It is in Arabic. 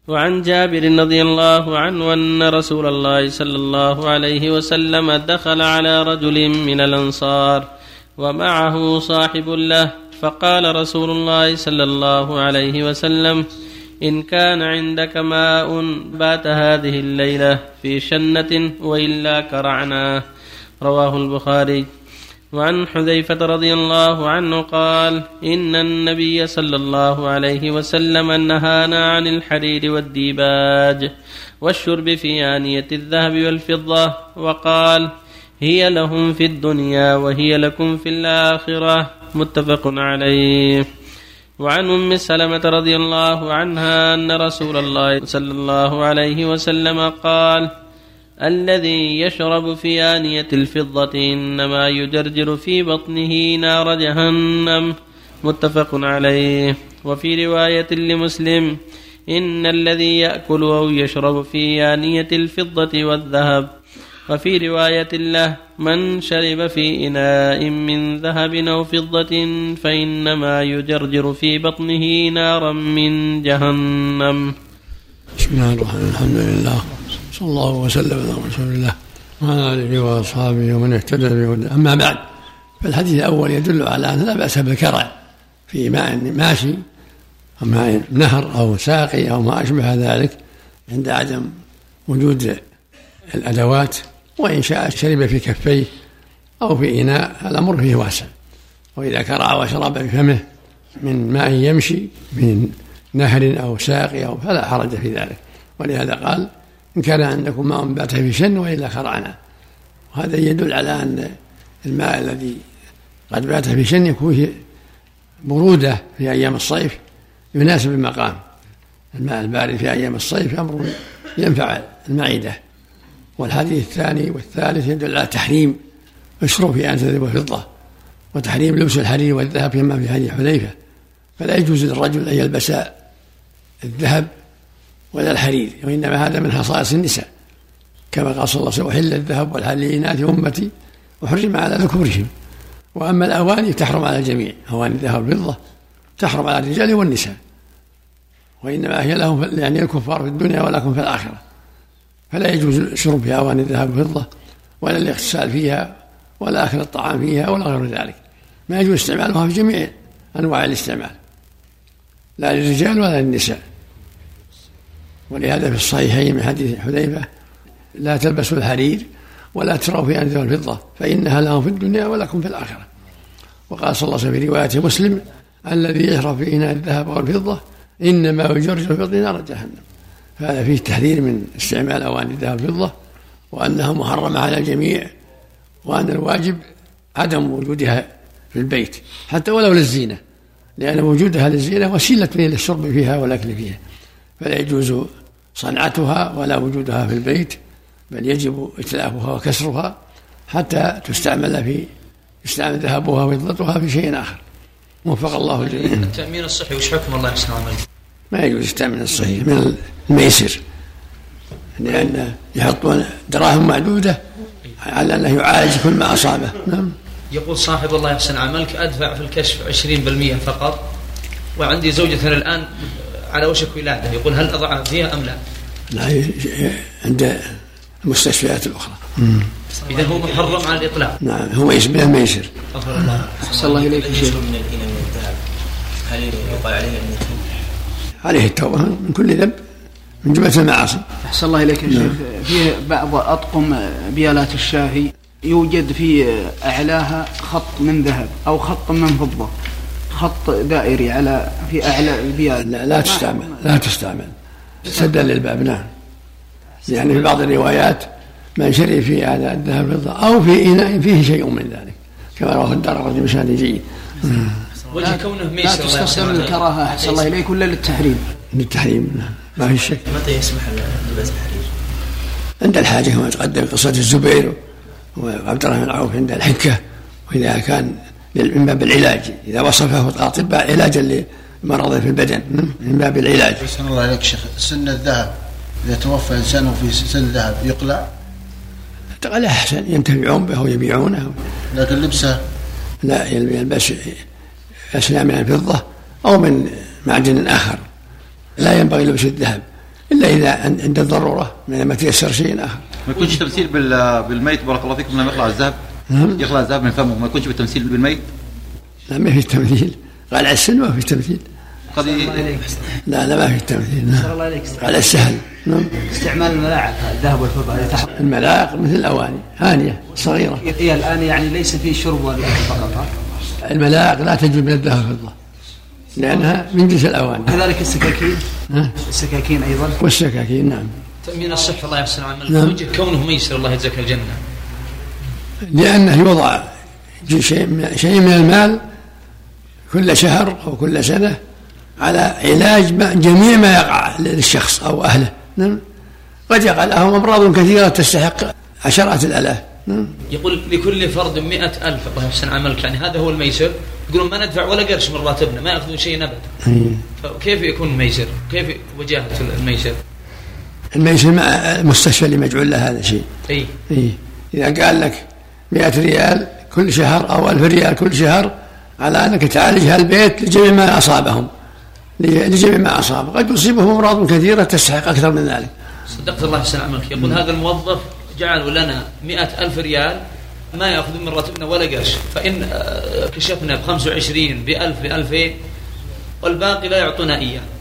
وعن جابر رضي الله عنه أن رسول الله صلى الله عليه وسلم دخل على رجل من الأنصار ومعه صاحب له، فقال رسول الله صلى الله عليه وسلم: إن كان عندك ماء بات هذه الليلة في شنة وإلا كرعناه. رواه البخاري. وعن حذيفة رضي الله عنه قال: إن النبي صلى الله عليه وسلم نهانا عن الحرير والديباج والشرب في آنية الذهب والفضة، وقال: هي لهم في الدنيا وهي لكم في الآخرة. متفق عليه. وعن أم سلمة رضي الله عنها أن رسول الله صلى الله عليه وسلم قال: الذي يشرب في آنية الفضة إنما يجرجر في بطنه نار جهنم. متفق عليه. وفي رواية لمسلم: إن الذي يأكل أو يشرب في آنية الفضة والذهب. وفي رواية له: من شرب في إناء من ذهب أو فضة فإنما يجرجر في بطنه نارا من جهنم. بسم الله الرحمن الرحيم. الحمد لله صلى الله وسلم على رسول الله وعلى آله وأصحابه ومن اهتدى بهداه. أما بعد، فالحديث الأول يدل على أن لا بأس بالكرع في ماء ماشي أو ماء نهر أو ساقي أو ما أشبه ذلك عند عدم وجود الأدوات، وإن شاء شرب في كفيه أو في إناء الأمر فيه واسع. وإذا كرع وشرب بفمه من ماء يمشي من نهر أو ساقي أو فلا حرج في ذلك. ولهذا قال: إن كان عندكم ماء بات في شن وإلا كرعنا. وهذا يدل على أن الماء الذي قد بات في شن يكون فيه برودة في أيام الصيف يناسب المقام. الماء البارد في أيام الصيف أمر ينفع المعدة. والحديث الثاني والثالث يدل على تحريم الشرب في آنية الذهب والفضة، وتحريم لبس الحرير والذهب كما في حديث حذيفة. فلا يجوز للرجل أن يلبس الذهب ولا الحرير، وإنما هذا من خصائص النساء، كما قال صلى الله عليه وسلم: وحل الذهب والحرير لإناث أمتي وحرم على ذكورهم. وأما الأواني تحرم على الجميع، أواني الذهب والفضة تحرم على الرجال والنساء، وإنما هي لهم يعني الكفار في الدنيا ولكم في الآخرة. فلا يجوز الشرب في أواني الذهب والفضة ولا الاغتسال فيها ولا أكل الطعام فيها ولا غير ذلك. ما يجوز استعمالها في جميع أنواع الاستعمال، لا للرجال ولا للنساء. ولهذا في الصحيحين من حديث حذيفة: لا تلبسوا الحرير ولا تشربوا في آنية الفضة فإنها لهم في الدنيا ولكم في الآخرة. وقال صلى الله عليه وسلم في رواية مسلم: الذي يشرب في إناء الذهب والفضة إنما يجرجر في بطنه نار جهنم. فهذا فيه تحذير من استعمال أواني الذهب والفضة، وأنها محرمة على الجميع، وأن الواجب عدم وجودها في البيت حتى ولو للزينة، لأن وجودها للزينة وسيلة للشرب فيها والأكل فيها، فلا يجوز صنعتها ولا وجودها في البيت، بل يجب إتلافها وكسرها حتى يستعمل ذهبها وفضتها في شيء آخر. وفق الله الجميع. التأمين الصحي وش حكم الله يحسن عمله؟ ما يجوز التأمين الصحي من الميسر، لأن يحطون دراهم معدودة على أنه يعالج كل ما أصابه. نعم. يقول صاحب الله يحسن عملك: أدفع في الكشف 20% فقط، وعندي زوجة الآن على وشك ولادة، يقول هل أضعها فيها أم لا؟ لا، عند المستشفيات الأخرى. إذا هو محرم على الإطلاق. نعم، هو من الميسر. أحسن الله إليك. من الإناء من الذهب هل يقال عليه أن يتوب؟ عليه التوبة من كل ذنب من جملة المعاصي. أحسن الله إليك يا شيخ. في بعض أطقم بيالات الشاهي يوجد في أعلاها خط من ذهب أو خط من فضة، خط دائري في أعلى البيال. لا تستعمل سدا للباب. نعم، يعني في بعض الروايات من شرب في أعلى الذهب والفضة أو في إناء فيه شيء من ذلك، كما رواه الدارقطني بسند جيد. وجه كونه ميسر لا تستخدم للكراهة أحسن الله إليك ولا للتحريم؟ للتحريم، ما في شك. متى يسمح لباس الحرير؟ عند الحاجة، كما تقدم قصة الزبير وعبد الرحمن بن عوف عند الحكة، وإذا كان من باب العلاج، إذا وصفه الأطباء علاجا لمرض في البدن من باب العلاج. أحسن الله عليك شيخ. سن الذهب إذا توفى إنسان في سن الذهب يقلع؟ تقلع أحسن، ينتفعون به ويبيعونه. لكن لبسه لا، يلبس أسنان من الفضة أو من معدن آخر. لا ينبغي لبس الذهب، إلا إذا عند الضرورة ما تيسر شيء آخر. ما يكونش تمثيل بالميت بارك الله فيكم لما يخلع الذهب؟ يخلع الذهب من فمه، ما يكونش بالتمثيل بالميت؟ لا ما في تمثيل، قال السن ما في تمثيل. لا ما في تمثيل. على السهل. استعمال الملاعق الذهب والفضة الملاعق مثل الأواني هانية صغيرة. هي الآن يعني ليس فيه شرب والأكل فقط. الملاعق لا تجوز من الذهب والفضة لأنها من جنس الأواني. كذلك السكاكين. السكاكين أيضا. والسكاكين نعم. تأمين الصحة الله يحسن عمله وجه كونه ميسر الله يجزاك الجنة. لأنه يوضع شيء من المال كل شهر أو كل سنة على علاج جميع ما يقع للشخص أو أهله. قد يقع لهم أمراض كثيرة تستحق عشرات الآلاف. يقول لكل فرد 100,000 الله يحسن عملك، يعني هذا هو الميسر. يقولون ما ندفع ولا قرش من راتبنا، ما يأخذون شيء أبدا. فكيف يكون ميسر؟ كيف وجاهة الميسر؟ الميسر مع المستشفى اللي مجعول له هذا شيء. إذا قال لك 100 ريال كل شهر أو 1000 ريال كل شهر على أنك تعالج هالبيت لجميع ما أصابهم، لجميع ما أصاب، قد يصيبهم أمراض كثيرة تستحق أكثر من ذلك. صدقت الله يحسن عملك. يقول هذا الموظف جعلوا لنا 100,000 ريال ما يأخذون من راتبنا ولا قرش، فإن كشفنا ب25 ب1000 ب2000 والباقي لا يعطونا إياه.